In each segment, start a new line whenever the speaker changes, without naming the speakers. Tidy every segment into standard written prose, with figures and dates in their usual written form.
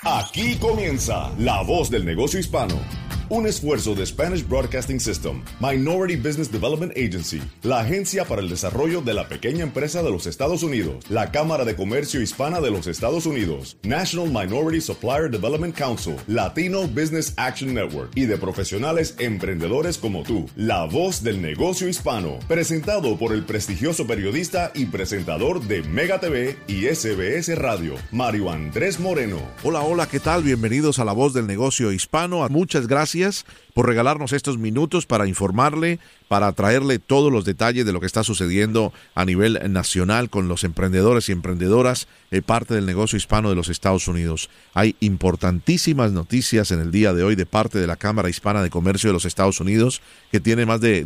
Aquí comienza La Voz del Negocio Hispano, un esfuerzo de Spanish Broadcasting System, Minority Business Development Agency, la agencia para el desarrollo de la pequeña empresa de los Estados Unidos, la Cámara de Comercio Hispana de los Estados Unidos, National Minority Supplier Development Council, Latino Business Action Network y de profesionales emprendedores como tú. La Voz del Negocio Hispano, presentado por el prestigioso periodista y presentador de Mega TV y SBS Radio, Mario Andrés Moreno.
Hola, ¿qué tal? Bienvenidos a La Voz del Negocio Hispano. Muchas gracias por regalarnos estos minutos para informarle, para traerle todos los detalles de lo que está sucediendo a nivel nacional con los emprendedores y emprendedoras, parte del negocio hispano de los Estados Unidos. Hay importantísimas noticias en el día de hoy de parte de la Cámara Hispana de Comercio de los Estados Unidos, que tiene más de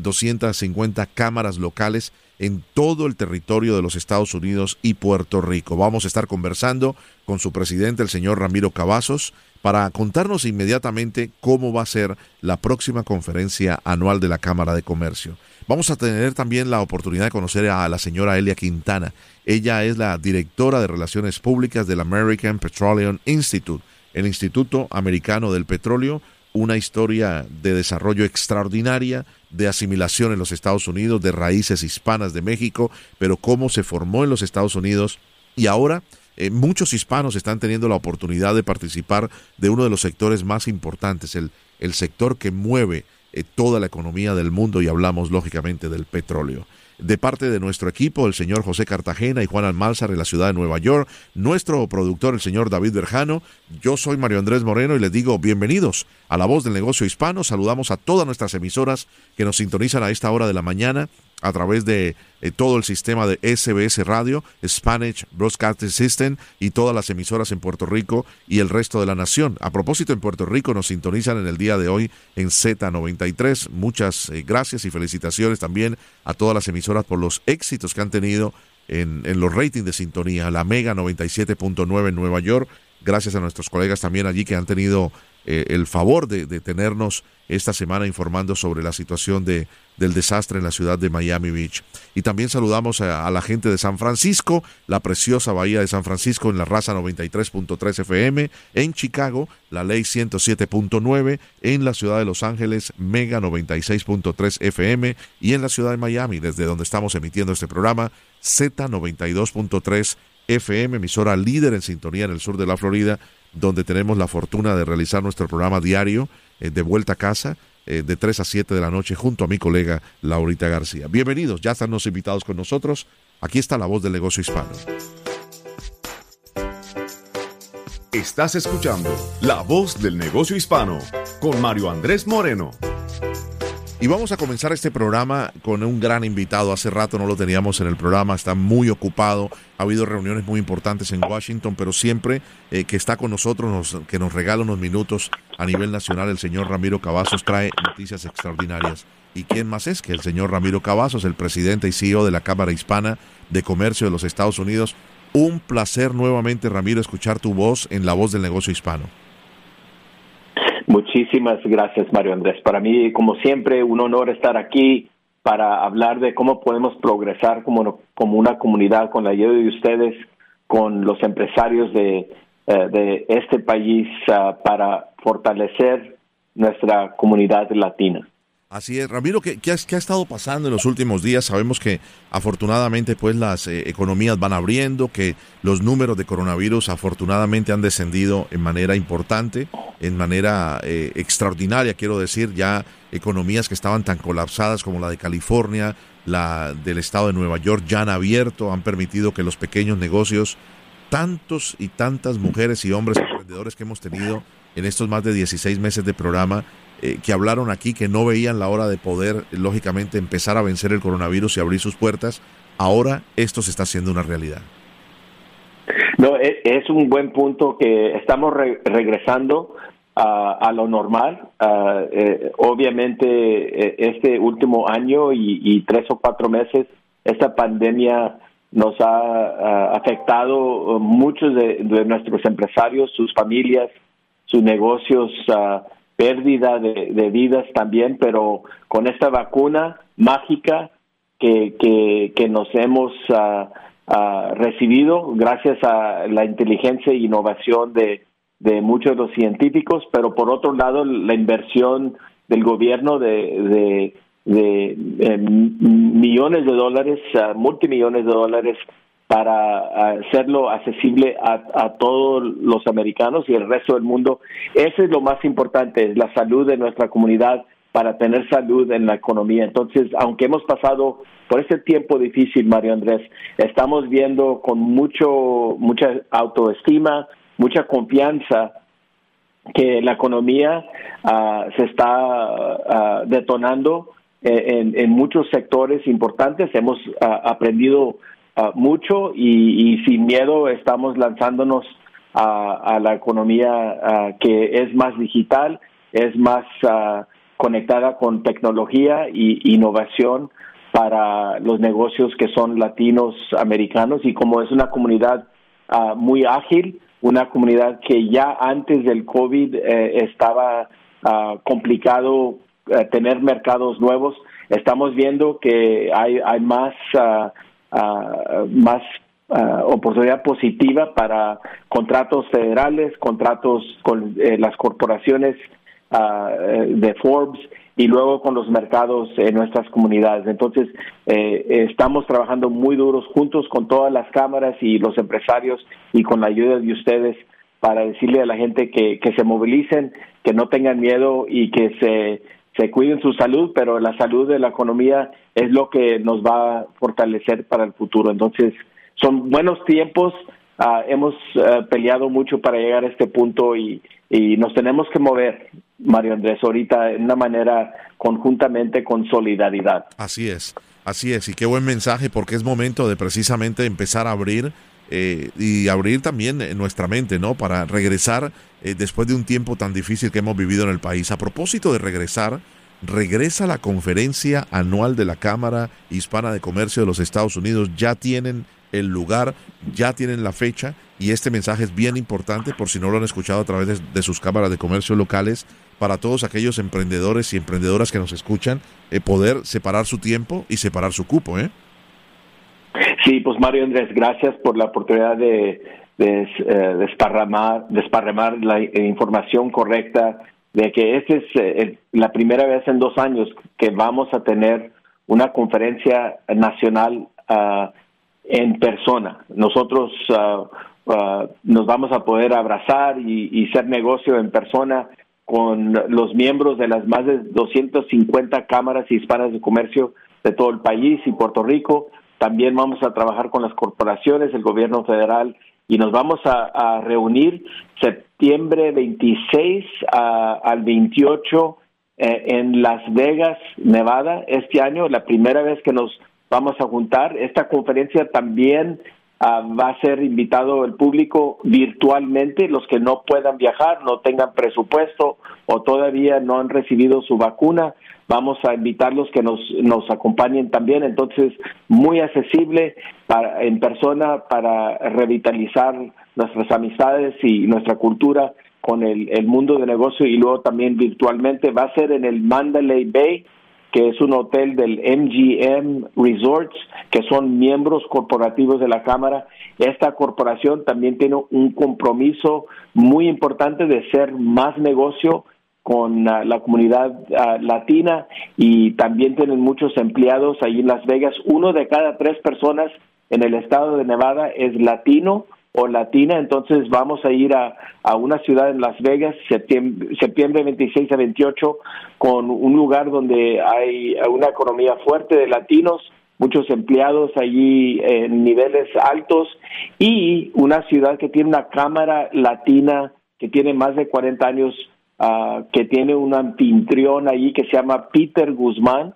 250 cámaras locales en todo el territorio de los Estados Unidos y Puerto Rico. Vamos a estar conversando con su presidente, el señor Ramiro Cavazos, para contarnos inmediatamente cómo va a ser la próxima conferencia anual de la Cámara de Comercio. Vamos a tener también la oportunidad de conocer a la señora Elia Quintana. Ella es la directora de Relaciones Públicas del American Petroleum Institute, el Instituto Americano del Petróleo, una historia de desarrollo extraordinaria, de asimilación en los Estados Unidos, de raíces hispanas de México, pero cómo se formó en los Estados Unidos y ahora muchos hispanos están teniendo la oportunidad de participar de uno de los sectores más importantes, el sector que mueve toda la economía del mundo, y hablamos lógicamente del petróleo. De parte de nuestro equipo, el señor José Cartagena y Juan Almálzar en la ciudad de Nueva York, nuestro productor, el señor David Berjano, yo soy Mario Andrés Moreno y les digo bienvenidos a La Voz del Negocio Hispano. Saludamos a todas nuestras emisoras que nos sintonizan a esta hora de la mañana a través de todo el sistema de SBS Radio, Spanish Broadcasting System, y todas las emisoras en Puerto Rico y el resto de la nación. A propósito, en Puerto Rico nos sintonizan en el día de hoy en Z93. Muchas gracias y felicitaciones también a todas las emisoras por los éxitos que han tenido en los ratings de sintonía. La Mega 97.9 en Nueva York. Gracias a nuestros colegas también allí que han tenido el favor de tenernos esta semana informando sobre la situación del desastre en la ciudad de Miami Beach. Y también saludamos a la gente de San Francisco, la preciosa bahía de San Francisco en la raza 93.3 FM, en Chicago, la ley 107.9, en la ciudad de Los Ángeles, Mega 96.3 FM, y en la ciudad de Miami, desde donde estamos emitiendo este programa, Z92.3 FM, emisora líder en sintonía en el sur de la Florida, donde tenemos la fortuna de realizar nuestro programa diario de vuelta a casa de 3 a 7 de la noche junto a mi colega Laurita García. Bienvenidos, ya están los invitados con nosotros. Aquí está La Voz del Negocio Hispano.
Estás escuchando La Voz del Negocio Hispano con Mario Andrés Moreno.
Y vamos a comenzar este programa con un gran invitado. Hace rato no lo teníamos en el programa, está muy ocupado. Ha habido reuniones muy importantes en Washington, pero siempre que está con nosotros, que nos regala unos minutos a nivel nacional, el señor Ramiro Cavazos trae noticias extraordinarias. ¿Y quién más es que el señor Ramiro Cavazos, el presidente y CEO de la Cámara Hispana de Comercio de los Estados Unidos? Un placer nuevamente, Ramiro, escuchar tu voz en La Voz del Negocio Hispano.
Muchísimas gracias, Mario Andrés. Para mí, como siempre, un honor estar aquí para hablar de cómo podemos progresar como una comunidad con la ayuda de ustedes, con los empresarios de este país para fortalecer nuestra comunidad latina.
Así es, Ramiro, ¿qué ha estado pasando en los últimos días? Sabemos que afortunadamente pues las economías van abriendo, que los números de coronavirus afortunadamente han descendido en manera importante, en manera extraordinaria, quiero decir, ya economías que estaban tan colapsadas como la de California, la del estado de Nueva York, ya han abierto, han permitido que los pequeños negocios, tantos y tantas mujeres y hombres emprendedores que hemos tenido en estos más de 16 meses de programa, que hablaron aquí que no veían la hora de poder, lógicamente, empezar a vencer el coronavirus y abrir sus puertas. Ahora esto se está haciendo una realidad.
No, es un buen punto que estamos regresando a lo normal. Obviamente, este último año y 3 o 4 meses, esta pandemia nos ha afectado muchos de nuestros empresarios, sus familias, sus negocios, pérdida de vidas también, pero con esta vacuna mágica que nos hemos recibido gracias a la inteligencia e innovación de de muchos de los científicos, pero por otro lado la inversión del gobierno de millones de dólares, multimillones de dólares, para hacerlo accesible a todos los americanos y el resto del mundo. Eso es lo más importante, es la salud de nuestra comunidad, para tener salud en la economía. Entonces, aunque hemos pasado por este tiempo difícil, Mario Andrés, estamos viendo con mucha autoestima, mucha confianza, que la economía se está detonando en muchos sectores importantes. Hemos aprendido mucho y sin miedo estamos lanzándonos a la economía que es más digital, es más conectada con tecnología e innovación para los negocios que son latinos americanos, y como es una comunidad muy ágil, una comunidad que ya antes del COVID estaba complicado tener mercados nuevos, estamos viendo que hay más oportunidad positiva para contratos federales, contratos con las corporaciones de Forbes, y luego con los mercados en nuestras comunidades. Entonces, estamos trabajando muy duros juntos con todas las cámaras y los empresarios, y con la ayuda de ustedes, para decirle a la gente que se movilicen, que no tengan miedo y que se cuiden su salud, pero la salud de la economía es lo que nos va a fortalecer para el futuro. Entonces, son buenos tiempos. Hemos peleado mucho para llegar a este punto, y nos tenemos que mover, Mario Andrés, ahorita de una manera conjuntamente, con solidaridad.
Así es, y qué buen mensaje, porque es momento de precisamente empezar a abrir y abrir también nuestra mente, ¿no? Para regresar después de un tiempo tan difícil que hemos vivido en el país. A propósito de regresar, regresa la conferencia anual de la Cámara Hispana de Comercio de los Estados Unidos. Ya tienen el lugar, ya tienen la fecha, y este mensaje es bien importante, por si no lo han escuchado a través de sus cámaras de comercio locales, para todos aquellos emprendedores y emprendedoras que nos escuchan, poder separar su tiempo y separar su cupo, ¿eh?
Sí, pues Mario Andrés, gracias por la oportunidad de desparramar la información correcta, de que esta es la primera vez en 2 años que vamos a tener una conferencia nacional en persona. Nosotros nos vamos a poder abrazar y hacer negocio en persona con los miembros de las más de 250 cámaras hispanas de comercio de todo el país y Puerto Rico. También vamos a trabajar con las corporaciones, el gobierno federal, y nos vamos a reunir septiembre 26 al 28 en Las Vegas, Nevada, este año, la primera vez que nos vamos a juntar. Esta conferencia también va a ser invitado el público virtualmente. Los que no puedan viajar, no tengan presupuesto o todavía no han recibido su vacuna, vamos a invitarlos que nos acompañen también. Entonces, muy accesible en persona, para revitalizar nuestras amistades y nuestra cultura con el mundo de negocio, y luego también virtualmente. Va a ser en el Mandalay Bay, que es un hotel del MGM Resorts, que son miembros corporativos de la Cámara. Esta corporación también tiene un compromiso muy importante de hacer más negocio con la comunidad latina, y también tienen muchos empleados ahí en Las Vegas. 1 de cada 3 personas en el estado de Nevada es latino o latina. Entonces vamos a ir a una ciudad en Las Vegas, septiembre 26 a 28, con un lugar donde hay una economía fuerte de latinos, muchos empleados allí en niveles altos, y una ciudad que tiene una cámara latina que tiene más de 40 años, que tiene un anfitrión allí que se llama Peter Guzmán,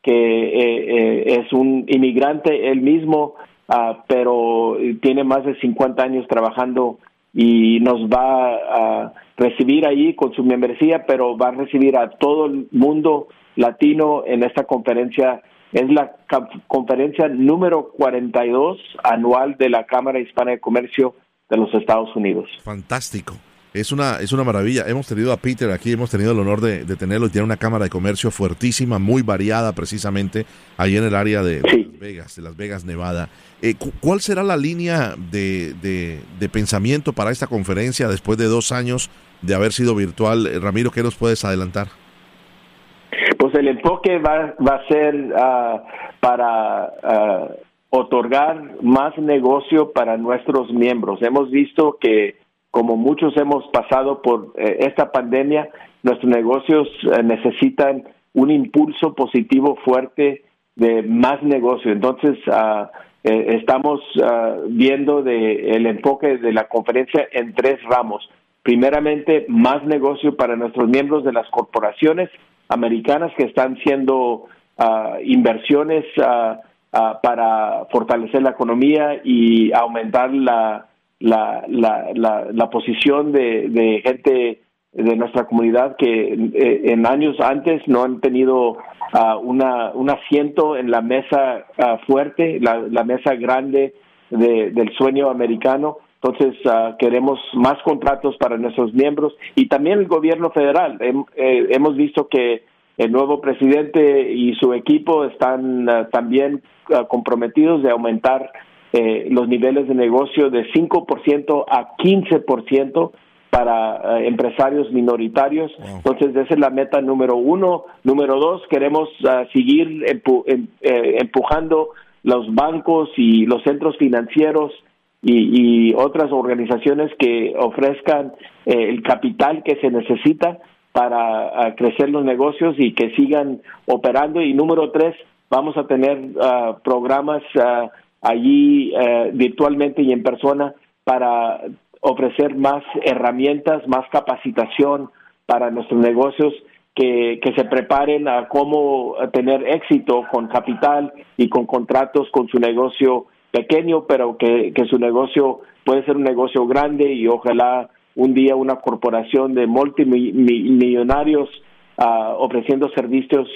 que es un inmigrante él mismo, pero tiene más de 50 años trabajando, y nos va a recibir ahí con su membresía, pero va a recibir a todo el mundo latino en esta conferencia. Es la conferencia número 42 anual de la Cámara Hispana de Comercio de los Estados Unidos.
Fantástico. Es una maravilla. Hemos tenido a Peter aquí, hemos tenido el honor de tenerlo, y tiene una cámara de comercio fuertísima, muy variada precisamente, ahí en el área de Las Vegas, Nevada. ¿Cuál será la línea de pensamiento para esta conferencia después de 2 años de haber sido virtual? Ramiro, ¿qué nos puedes adelantar?
Pues el enfoque va a ser para otorgar más negocio para nuestros miembros. Hemos visto que, como muchos hemos pasado por esta pandemia, nuestros negocios necesitan un impulso positivo fuerte de más negocio. Entonces, estamos viendo el enfoque de la conferencia en 3 ramos. Primeramente, más negocio para nuestros miembros de las corporaciones americanas que están haciendo inversiones para fortalecer la economía y aumentar la posición de gente de nuestra comunidad que en años antes no han tenido un asiento en la mesa fuerte, la mesa grande del sueño americano. Entonces, queremos más contratos para nuestros miembros y también el gobierno federal. Hemos visto que el nuevo presidente y su equipo están también comprometidos de aumentar los niveles de negocio de 5% a 15% para empresarios minoritarios. Wow. Entonces, esa es la meta número 1. Número 2, queremos seguir empujando los bancos y los centros financieros y otras organizaciones que ofrezcan el capital que se necesita para crecer los negocios y que sigan operando. Y número 3, vamos a tener programas allí virtualmente y en persona para ofrecer más herramientas, más capacitación para nuestros negocios que se preparen a cómo tener éxito con capital y con contratos con su negocio pequeño, pero que su negocio puede ser un negocio grande y ojalá un día una corporación de multimillonarios ofreciendo servicios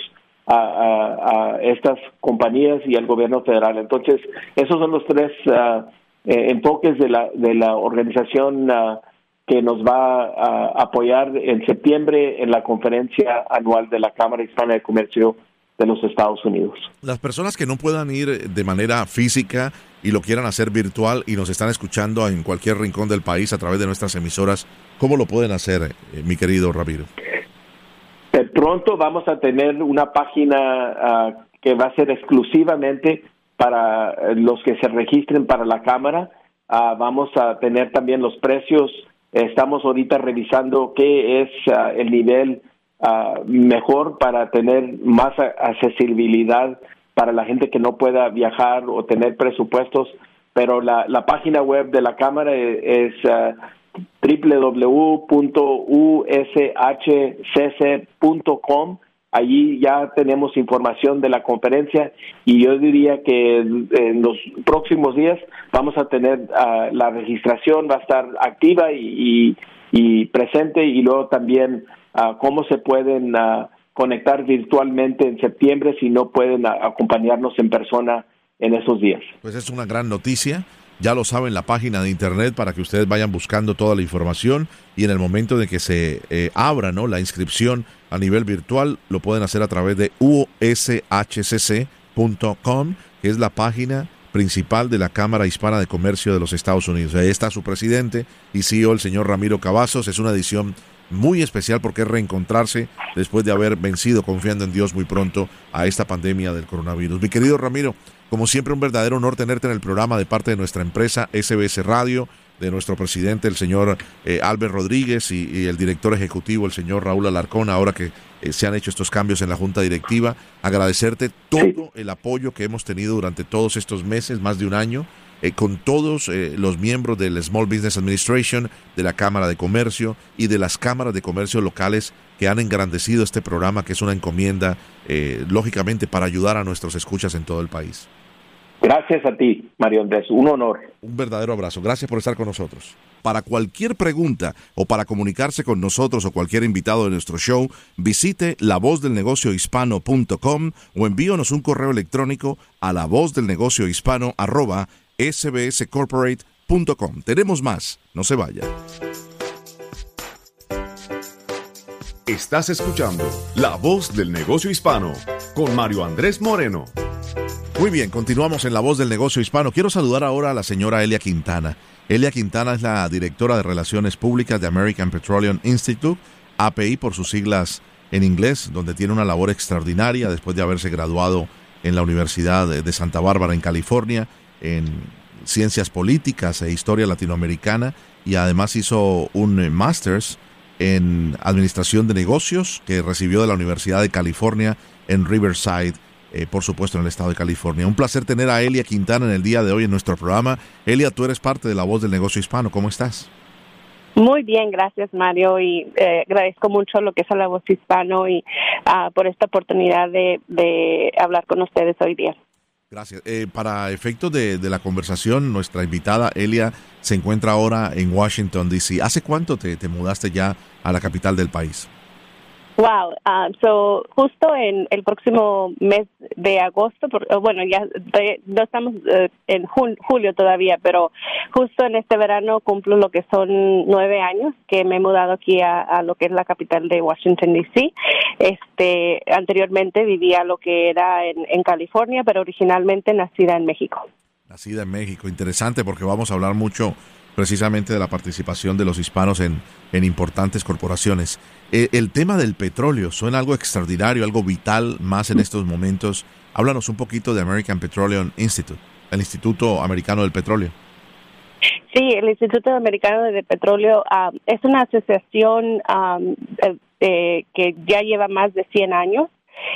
a estas compañías y al gobierno federal. Entonces, esos son los 3 enfoques de la organización que nos va a apoyar en septiembre en la conferencia anual de la Cámara Hispana de Comercio de los Estados Unidos.
Las personas que no puedan ir de manera física y lo quieran hacer virtual y nos están escuchando en cualquier rincón del país a través de nuestras emisoras, ¿cómo lo pueden hacer, mi querido Ramiro?
Pronto vamos a tener una página que va a ser exclusivamente para los que se registren para la Cámara. Vamos a tener también los precios. Estamos ahorita revisando qué es el nivel mejor para tener más accesibilidad para la gente que no pueda viajar o tener presupuestos, pero la página web de la Cámara es www.ushcc.com. Allí ya tenemos información de la conferencia y yo diría que en los próximos días vamos a tener la registración, va a estar activa y presente, y luego también cómo se pueden conectar virtualmente en septiembre si no pueden acompañarnos en persona en esos días.
Pues es una gran noticia. Ya lo saben, la página de internet para que ustedes vayan buscando toda la información y en el momento de que se abra, ¿no?, la inscripción a nivel virtual, lo pueden hacer a través de ushcc.com, que es la página principal de la Cámara Hispana de Comercio de los Estados Unidos. Ahí está su presidente y CEO, el señor Ramiro Cavazos. Es una edición muy especial porque es reencontrarse después de haber vencido, confiando en Dios, muy pronto a esta pandemia del coronavirus. Mi querido Ramiro, como siempre, un verdadero honor tenerte en el programa de parte de nuestra empresa SBS Radio, de nuestro presidente, el señor Albert Rodríguez, y el director ejecutivo, el señor Raúl Alarcón, ahora que se han hecho estos cambios en la Junta Directiva. Agradecerte todo el apoyo que hemos tenido durante todos estos meses, más de un año, con todos los miembros del Small Business Administration, de la Cámara de Comercio y de las cámaras de comercio locales que han engrandecido este programa, que es una encomienda, lógicamente, para ayudar a nuestros escuchas en todo el país.
Gracias a ti, Mario Andrés. Un honor.
Un verdadero abrazo. Gracias por estar con nosotros. Para cualquier pregunta o para comunicarse con nosotros o cualquier invitado de nuestro show, visite lavozdelnegociohispano.com o envíenos un correo electrónico a lavozdelnegociohispano@sbscorporate.com. Tenemos más. No se vaya.
Estás escuchando La Voz del Negocio Hispano con Mario Andrés Moreno.
Muy bien, continuamos en La Voz del Negocio Hispano. Quiero saludar ahora a la señora Elia Quintana. Elia Quintana es la directora de Relaciones Públicas de American Petroleum Institute, API por sus siglas en inglés, donde tiene una labor extraordinaria después de haberse graduado en la Universidad de Santa Bárbara en California en Ciencias Políticas e Historia Latinoamericana, y además hizo un Masters en Administración de Negocios que recibió de la Universidad de California en Riverside, por supuesto en el estado de California. Un placer tener a Elia Quintana en el día de hoy en nuestro programa. Elia, tú eres parte de La Voz del Negocio Hispano. ¿Cómo estás?
Muy bien, gracias Mario, y agradezco mucho lo que es La Voz Hispano y por esta oportunidad de hablar con ustedes hoy día.
Gracias. Para efectos de la conversación, nuestra invitada Elia se encuentra ahora en Washington, D.C. ¿Hace cuánto te mudaste ya a la capital del país?
Wow, so justo en el próximo mes de agosto, ya no estamos en julio todavía, pero justo en este verano cumplo lo que son 9 años que me he mudado aquí a lo que es la capital de Washington, D.C. Anteriormente vivía lo que era en California, pero originalmente nacida en México.
Nacida en México, interesante porque vamos a hablar mucho precisamente de la participación de los hispanos en importantes corporaciones. El tema del petróleo suena algo extraordinario, algo vital más en estos momentos. Háblanos un poquito de American Petroleum Institute, el Instituto Americano del Petróleo.
Sí, el Instituto Americano de Petróleo es una asociación que ya lleva más de 100 años.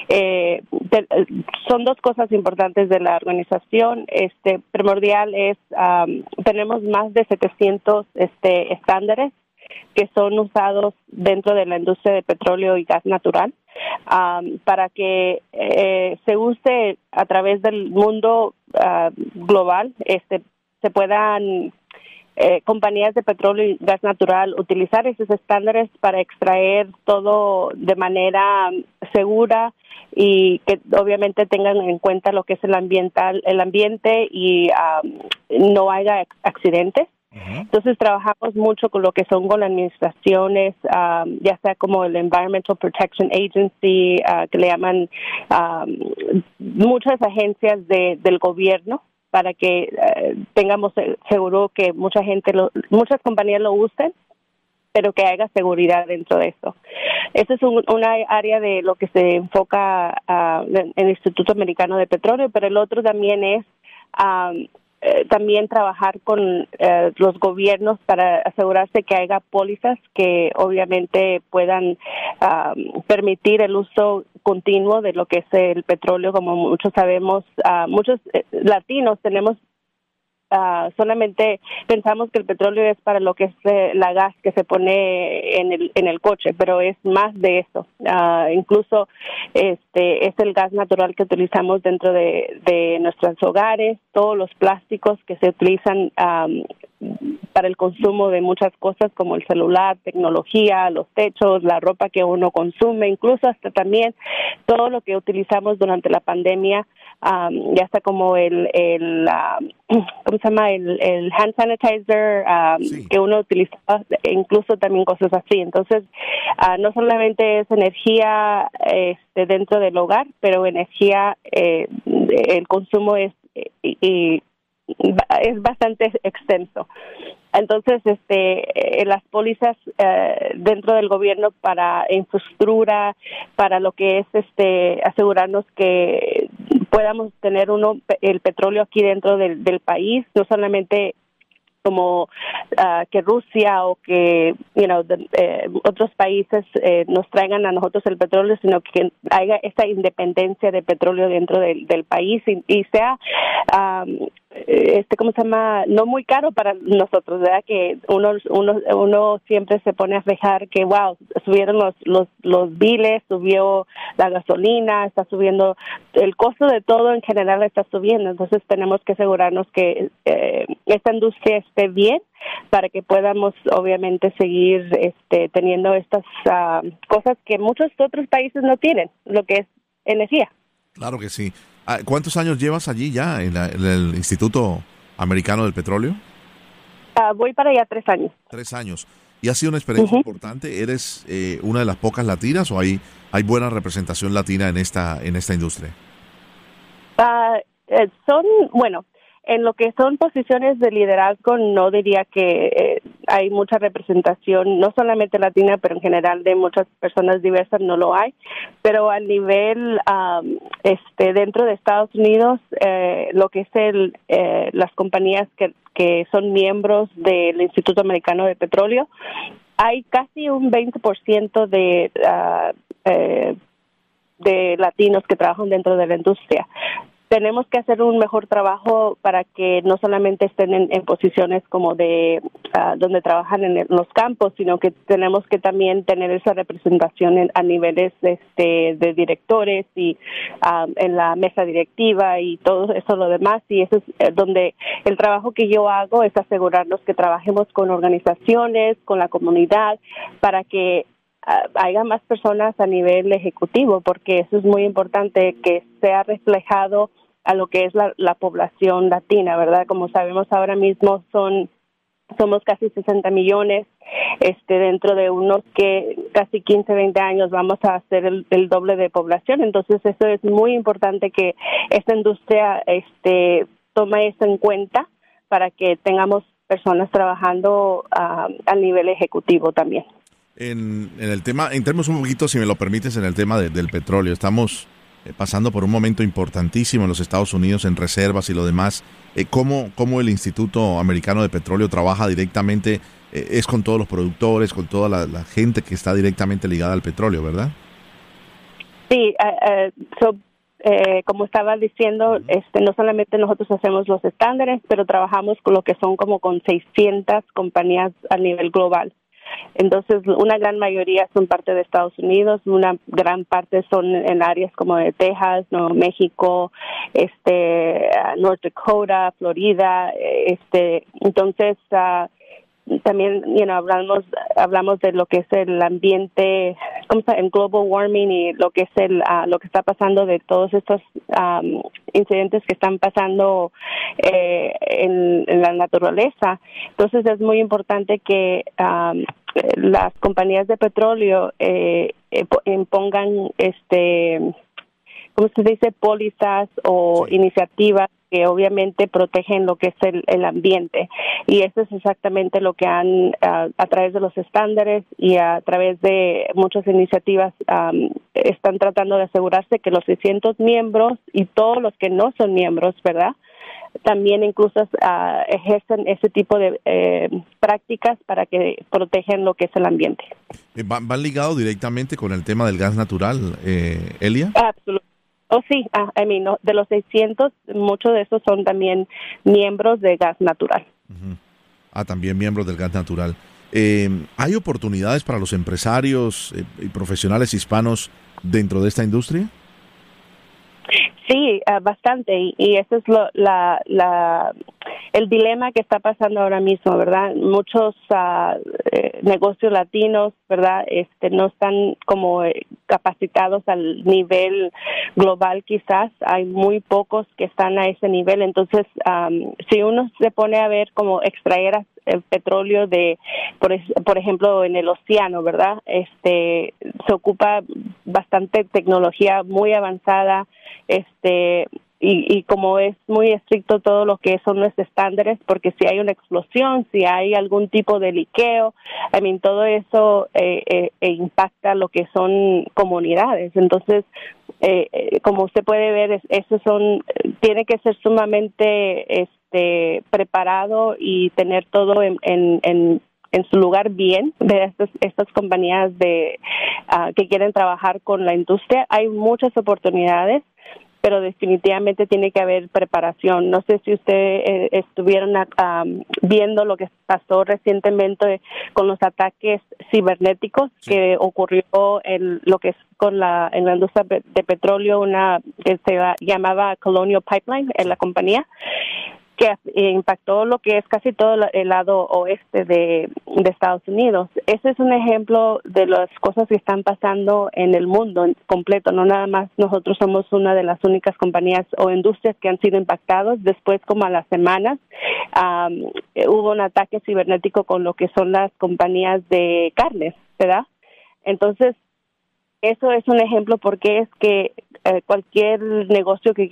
Son dos cosas importantes de la organización. Primordial es tenemos más de 700 estándares que son usados dentro de la industria de petróleo y gas natural para que se use a través del mundo global. Se puedan compañías de petróleo y gas natural utilizar esos estándares para extraer todo de manera segura y que obviamente tengan en cuenta lo que es el ambiente y no haya accidentes. Entonces trabajamos mucho con lo que son con las administraciones, ya sea como el Environmental Protection Agency, que le llaman muchas agencias del gobierno, para que tengamos seguro que muchas compañías lo usen, pero que haya seguridad dentro de eso. Esa es una área de lo que se enfoca en el Instituto Americano de Petróleo, pero el otro también es también trabajar con los gobiernos para asegurarse que haya pólizas que obviamente puedan permitir el uso continuo de lo que es el petróleo. Como muchos sabemos, muchos latinos tenemos solamente pensamos que el petróleo es para lo que es la gas que se pone en el coche, pero es más de eso. Incluso es el gas natural que utilizamos dentro de nuestros hogares, todos los plásticos que se utilizan para el consumo de muchas cosas como el celular, tecnología, los techos, la ropa que uno consume, incluso hasta también todo lo que utilizamos durante la pandemia, ya está como ¿cómo se llama? El hand sanitizer sí, que uno utilizaba, incluso también cosas así. Entonces, no solamente es energía dentro del hogar, pero energía, el consumo es bastante extenso. Entonces, las pólizas dentro del gobierno para infraestructura, para lo que es asegurarnos que podamos tener el petróleo aquí dentro del país, no solamente como que Rusia o que otros países nos traigan a nosotros el petróleo, sino que haya esta independencia de petróleo dentro del país y sea ¿cómo se llama? No muy caro para nosotros, ¿verdad? Que uno siempre se pone a fijar que subieron los biles, subió la gasolina, está subiendo el costo de todo en general, está subiendo. Entonces tenemos que asegurarnos que esta industria esté bien para que podamos obviamente seguir teniendo estas cosas que muchos otros países no tienen, lo que es energía.
Claro que sí. ¿Cuántos años llevas allí ya en el Instituto Americano del Petróleo?
Voy para allá 3 años.
3 años. ¿Y ha sido una experiencia importante? ¿Eres una de las pocas latinas o hay buena representación latina en esta industria?
bueno, en lo que son posiciones de liderazgo, no diría que hay mucha representación, no solamente latina, pero en general de muchas personas diversas no lo hay. Pero a nivel dentro de Estados Unidos, lo que es las compañías que son miembros del Instituto Americano de Petróleo, hay casi un 20% de latinos que trabajan dentro de la industria. Tenemos que hacer un mejor trabajo para que no solamente estén en posiciones como de donde trabajan en los campos, sino que tenemos que también tener esa representación a niveles de directores y en la mesa directiva y todo eso lo demás. Y eso es donde el trabajo que yo hago es asegurarnos que trabajemos con organizaciones, con la comunidad, para que haya más personas a nivel ejecutivo, porque eso es muy importante, que sea reflejado a lo que es la población latina, ¿verdad? Como sabemos ahora mismo somos casi 60 millones, dentro de unos casi 15, 20 años vamos a ser el doble de población. Entonces eso es muy importante, que esta industria tome eso en cuenta para que tengamos personas trabajando a nivel ejecutivo también.
En el tema, entremos un poquito, si me lo permites, en el tema del petróleo. Estamos pasando por un momento importantísimo en los Estados Unidos en reservas y lo demás. ¿Cómo el Instituto Americano de Petróleo trabaja directamente? Es con todos los productores, con toda la gente que está directamente ligada al petróleo, ¿verdad?
Sí, como estaba diciendo, no solamente nosotros hacemos los estándares, pero trabajamos con lo que son como con 600 compañías a nivel global. Entonces, una gran mayoría son parte de Estados Unidos, una gran parte son en áreas como de Texas, Nuevo México, North Dakota, Florida, entonces también, hablamos de lo que es el ambiente, el global warming y lo que es lo que está pasando, de todos estos incidentes que están pasando en la naturaleza. Entonces es muy importante que las compañías de petróleo impongan ¿cómo se dice? Pólizas o iniciativas que obviamente protegen lo que es el ambiente. Y eso es exactamente lo que a través de los estándares y a través de muchas iniciativas, están tratando de asegurarse que los 600 miembros y todos los que no son miembros, ¿verdad?, también incluso ejercen ese tipo de prácticas para que protegen lo que es el ambiente.
¿Van ligados directamente con el tema del gas natural, Elia?
Absolutamente. Sí, de los 600, muchos de esos son también miembros de gas natural.
Uh-huh. También miembros del gas natural. ¿Hay oportunidades para los empresarios y profesionales hispanos dentro de esta industria?
Sí, bastante, y ese es el dilema que está pasando ahora mismo, ¿verdad? Muchos negocios latinos, ¿verdad?, no están como capacitados al nivel global. Quizás hay muy pocos que están a ese nivel. Entonces, si uno se pone a ver cómo extraer el petróleo por ejemplo, en el océano, ¿verdad?, se ocupa bastante tecnología muy avanzada, y como es muy estricto todo lo que son los estándares, porque si hay una explosión, si hay algún tipo de liqueo, todo eso impacta lo que son comunidades. Entonces, como usted puede ver, tiene que ser sumamente preparado y tener todo en su lugar bien, de estas compañías que quieren trabajar con la industria. Hay muchas oportunidades, pero definitivamente tiene que haber preparación. No sé si ustedes estuvieron viendo lo que pasó recientemente con los ataques cibernéticos que ocurrió en lo que es en la industria de petróleo, una que se llamaba Colonial Pipeline, en la compañía, que impactó lo que es casi todo el lado oeste de Estados Unidos. Ese es un ejemplo de las cosas que están pasando en el mundo completo. No nada más nosotros somos una de las únicas compañías o industrias que han sido impactados. Después, como a las semanas, hubo un ataque cibernético con lo que son las compañías de carnes, ¿verdad? Entonces, eso es un ejemplo porque es que cualquier negocio que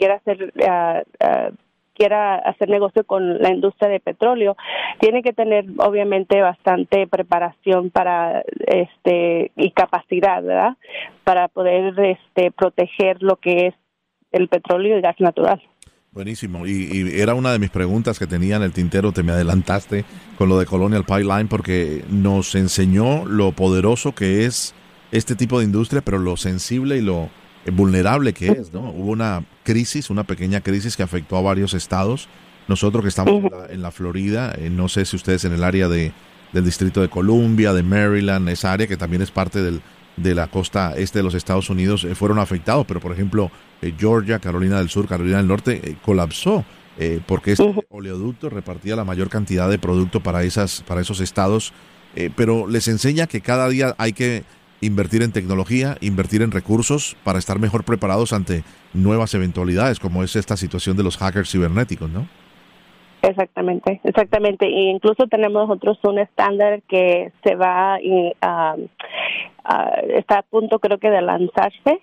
quiera hacer negocio con la industria de petróleo tiene que tener obviamente bastante preparación para y capacidad, ¿verdad? Para poder proteger lo que es el petróleo y gas natural.
Buenísimo. Y era una de mis preguntas que tenía en el tintero. Te me adelantaste con lo de Colonial Pipeline porque nos enseñó lo poderoso que es este tipo de industria, pero lo sensible y lo vulnerable que es, ¿no? Hubo una pequeña crisis que afectó a varios estados. Nosotros que estamos en la Florida, no sé si ustedes en el área del Distrito de Columbia, de Maryland, esa área que también es parte de la costa este de los Estados Unidos, fueron afectados, pero por ejemplo Georgia, Carolina del Sur, Carolina del Norte colapsó porque este oleoducto repartía la mayor cantidad de producto para esos estados, pero les enseña que cada día hay que invertir en tecnología, invertir en recursos para estar mejor preparados ante nuevas eventualidades, como es esta situación de los hackers cibernéticos, ¿no?
Exactamente. Y incluso tenemos nosotros un estándar que se va está a punto, creo que, de lanzarse,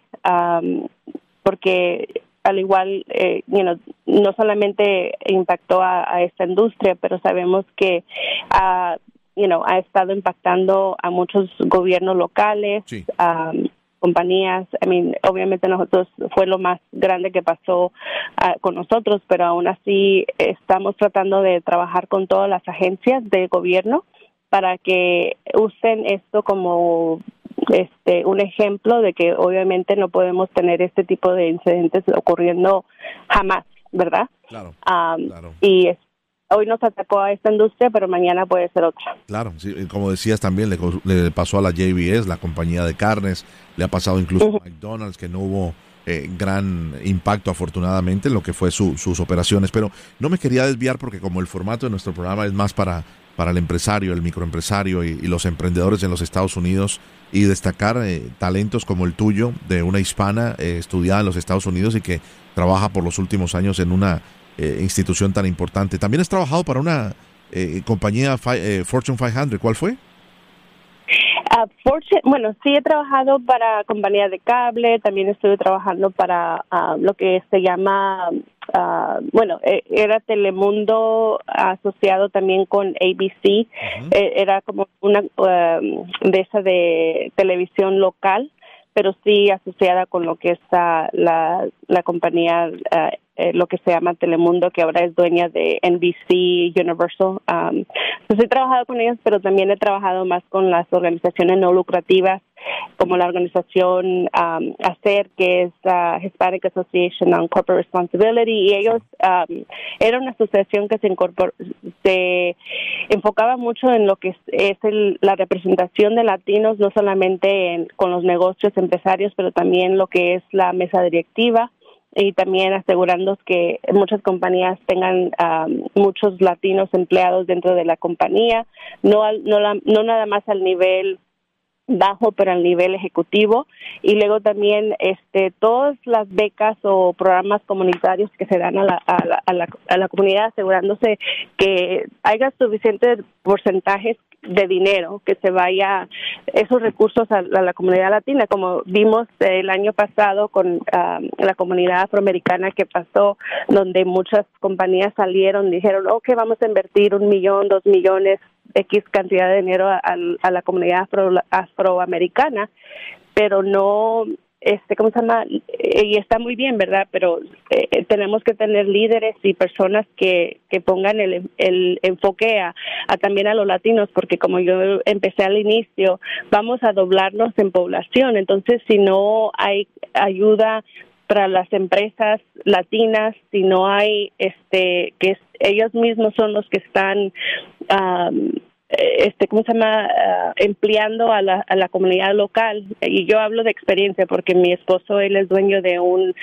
porque al igual, no solamente impactó a esta industria, pero sabemos que ha estado impactando a muchos gobiernos locales,
sí,
compañías. Obviamente nosotros fue lo más grande que pasó con nosotros, pero aún así estamos tratando de trabajar con todas las agencias de gobierno para que usen esto como un ejemplo de que obviamente no podemos tener este tipo de incidentes ocurriendo jamás, ¿verdad?
Claro, claro.
Y hoy nos atacó a esta industria, pero mañana puede ser otra.
Claro, sí, como decías también, le pasó a la JBS, la compañía de carnes, le ha pasado incluso a McDonald's, que no hubo gran impacto afortunadamente en lo que fue sus operaciones, pero no me quería desviar porque como el formato de nuestro programa es más para el empresario, el microempresario y los emprendedores en los Estados Unidos, y destacar talentos como el tuyo, de una hispana estudiada en los Estados Unidos y que trabaja por los últimos años en una institución tan importante. También has trabajado para una compañía Fortune 500. ¿Cuál fue?
Sí he trabajado para compañías de cable, también estuve trabajando para lo que se llama, era Telemundo asociado también con ABC, era como una de esa de televisión local, pero sí asociada con lo que es la compañía, lo que se llama Telemundo, que ahora es dueña de NBC, Universal. He trabajado con ellos, pero también he trabajado más con las organizaciones no lucrativas, como la organización ACER, que es Hispanic Association on Corporate Responsibility, y ellos era una asociación que se enfocaba mucho en lo que es la representación de latinos, no solamente con los negocios empresarios, pero también lo que es la mesa directiva, y también asegurando que muchas compañías tengan muchos latinos empleados dentro de la compañía, no nada más al nivel bajo, pero al nivel ejecutivo, y luego también todas las becas o programas comunitarios que se dan a la comunidad, asegurándose que haya suficientes porcentajes de dinero que se vaya esos recursos a la comunidad latina, como vimos el año pasado con la comunidad afroamericana que pasó, donde muchas compañías salieron y dijeron, vamos a invertir 1 millón, 2 millones, X cantidad de dinero a la comunidad afroamericana, pero no, ¿cómo se llama? Y está muy bien, ¿verdad? Pero tenemos que tener líderes y personas que pongan el enfoque también a los latinos, porque como yo empecé al inicio, vamos a doblarnos en población. Entonces, si no hay ayuda para las empresas latinas, si no hay ellos mismos son los que están empleando a la comunidad local, y yo hablo de experiencia porque mi esposo, él es dueño de un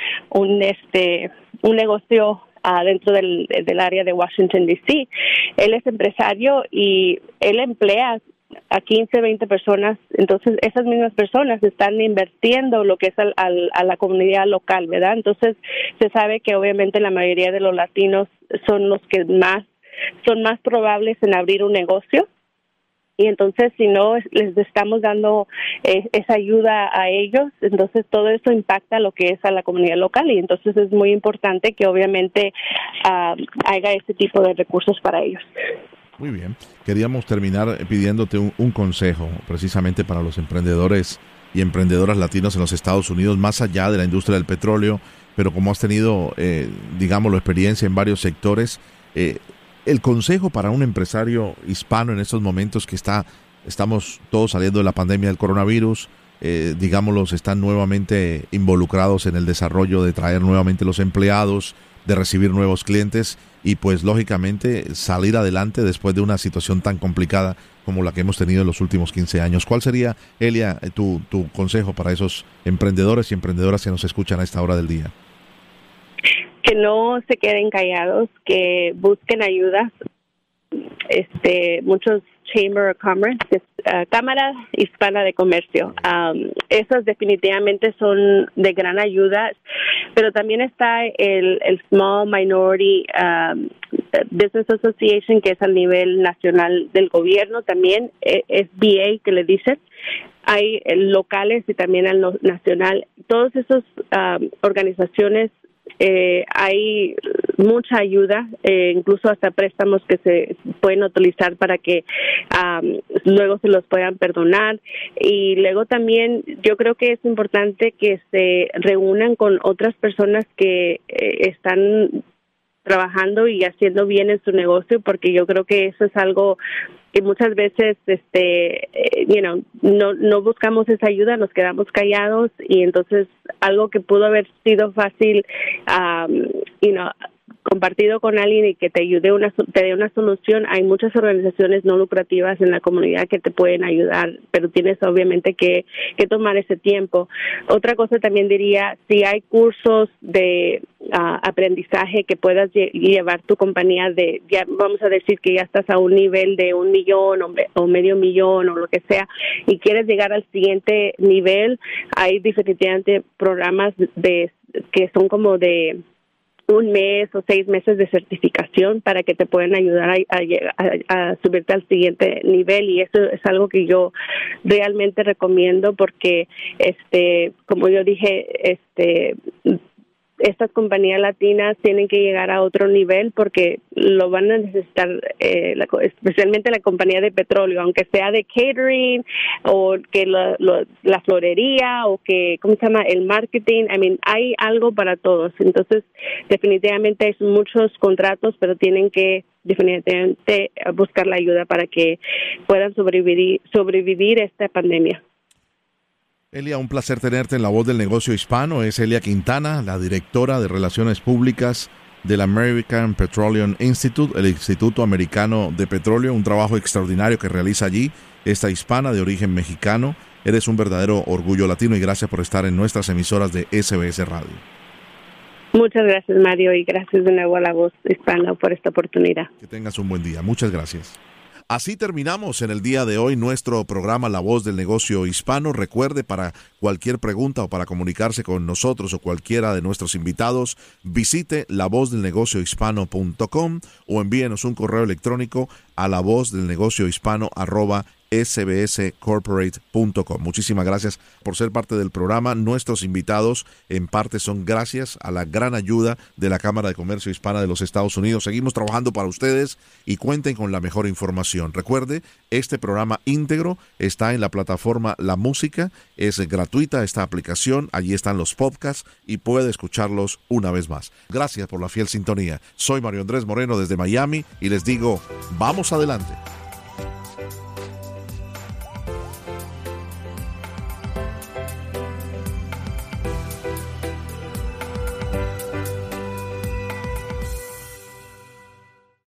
negocio dentro del área de Washington D.C. Él es empresario y él emplea a 15, 20 personas. Entonces esas mismas personas están invirtiendo lo que es a la comunidad local, ¿verdad? Entonces se sabe que obviamente la mayoría de los latinos son los que son más probables en abrir un negocio, Y entonces, si no les estamos dando esa ayuda a ellos, entonces todo eso impacta lo que es a la comunidad local. Y entonces es muy importante que obviamente haya ese tipo de recursos para ellos.
Muy bien. Queríamos terminar pidiéndote un consejo precisamente para los emprendedores y emprendedoras latinos en los Estados Unidos, más allá de la industria del petróleo, pero como has tenido, digámoslo, experiencia en varios sectores, el consejo para un empresario hispano en estos momentos que estamos todos saliendo de la pandemia del coronavirus, digámoslo, están nuevamente involucrados en el desarrollo de traer nuevamente los empleados, de recibir nuevos clientes y pues lógicamente salir adelante después de una situación tan complicada como la que hemos tenido en los últimos 15 años. ¿Cuál sería, Elia, tu consejo para esos emprendedores y emprendedoras que nos escuchan a esta hora del día?
Que no se queden callados, que busquen ayuda. Muchos Chamber of Commerce, Cámara Hispana de Comercio. Esas definitivamente son de gran ayuda, pero también está el Small Minority Business Association, que es a nivel nacional del gobierno, también SBA, que le dicen. Hay locales y también al nacional. Todas esas organizaciones hay mucha ayuda, incluso hasta préstamos que se pueden utilizar para que luego se los puedan perdonar. Y luego también yo creo que es importante que se reúnan con otras personas que están trabajando y haciendo bien en su negocio, porque yo creo que eso es algo que muchas veces no buscamos esa ayuda, nos quedamos callados, y entonces algo que pudo haber sido fácil compartido con alguien y que te ayude te dé una solución. Hay muchas organizaciones no lucrativas en la comunidad que te pueden ayudar, pero tienes obviamente que tomar ese tiempo. Otra cosa también diría, si hay cursos de aprendizaje que puedas llevar tu compañía ya vamos a decir que ya estás a un nivel de 1 millón o medio millón o lo que sea, y quieres llegar al siguiente nivel, hay definitivamente programas que son como de 1 mes o 6 meses de certificación para que te puedan ayudar a subirte al siguiente nivel, y eso es algo que yo realmente recomiendo, porque como yo dije, estas compañías latinas tienen que llegar a otro nivel porque lo van a necesitar, especialmente la compañía de petróleo, aunque sea de catering o que la florería o que, ¿cómo se llama?, el marketing. Hay algo para todos. Entonces, definitivamente hay muchos contratos, pero tienen que definitivamente buscar la ayuda para que puedan sobrevivir esta pandemia.
Elia, un placer tenerte en La Voz del Negocio Hispano. Es Elia Quintana, la directora de Relaciones Públicas del American Petroleum Institute, el Instituto Americano de Petróleo, un trabajo extraordinario que realiza allí esta hispana de origen mexicano. Eres un verdadero orgullo latino y gracias por estar en nuestras emisoras de SBS Radio.
Muchas gracias, Mario, y gracias de nuevo a La Voz Hispana por esta oportunidad.
Que tengas un buen día. Muchas gracias. Así terminamos en el día de hoy nuestro programa La Voz del Negocio Hispano. Recuerde, para cualquier pregunta o para comunicarse con nosotros o cualquiera de nuestros invitados, visite lavozdelnegociohispano.com o envíenos un correo electrónico a lavozdelnegociohispano@sbscorporate.com. Muchísimas gracias por ser parte del programa. Nuestros invitados en parte son gracias a la gran ayuda de la Cámara de Comercio Hispana de los Estados Unidos. Seguimos trabajando para ustedes y cuenten con la mejor información. Recuerde, este programa íntegro está en la plataforma La Música. Es gratuita esta aplicación. Allí están los podcasts y puede escucharlos una vez más. Gracias por la fiel sintonía. Soy Mario Andrés Moreno desde Miami y les digo, vamos adelante.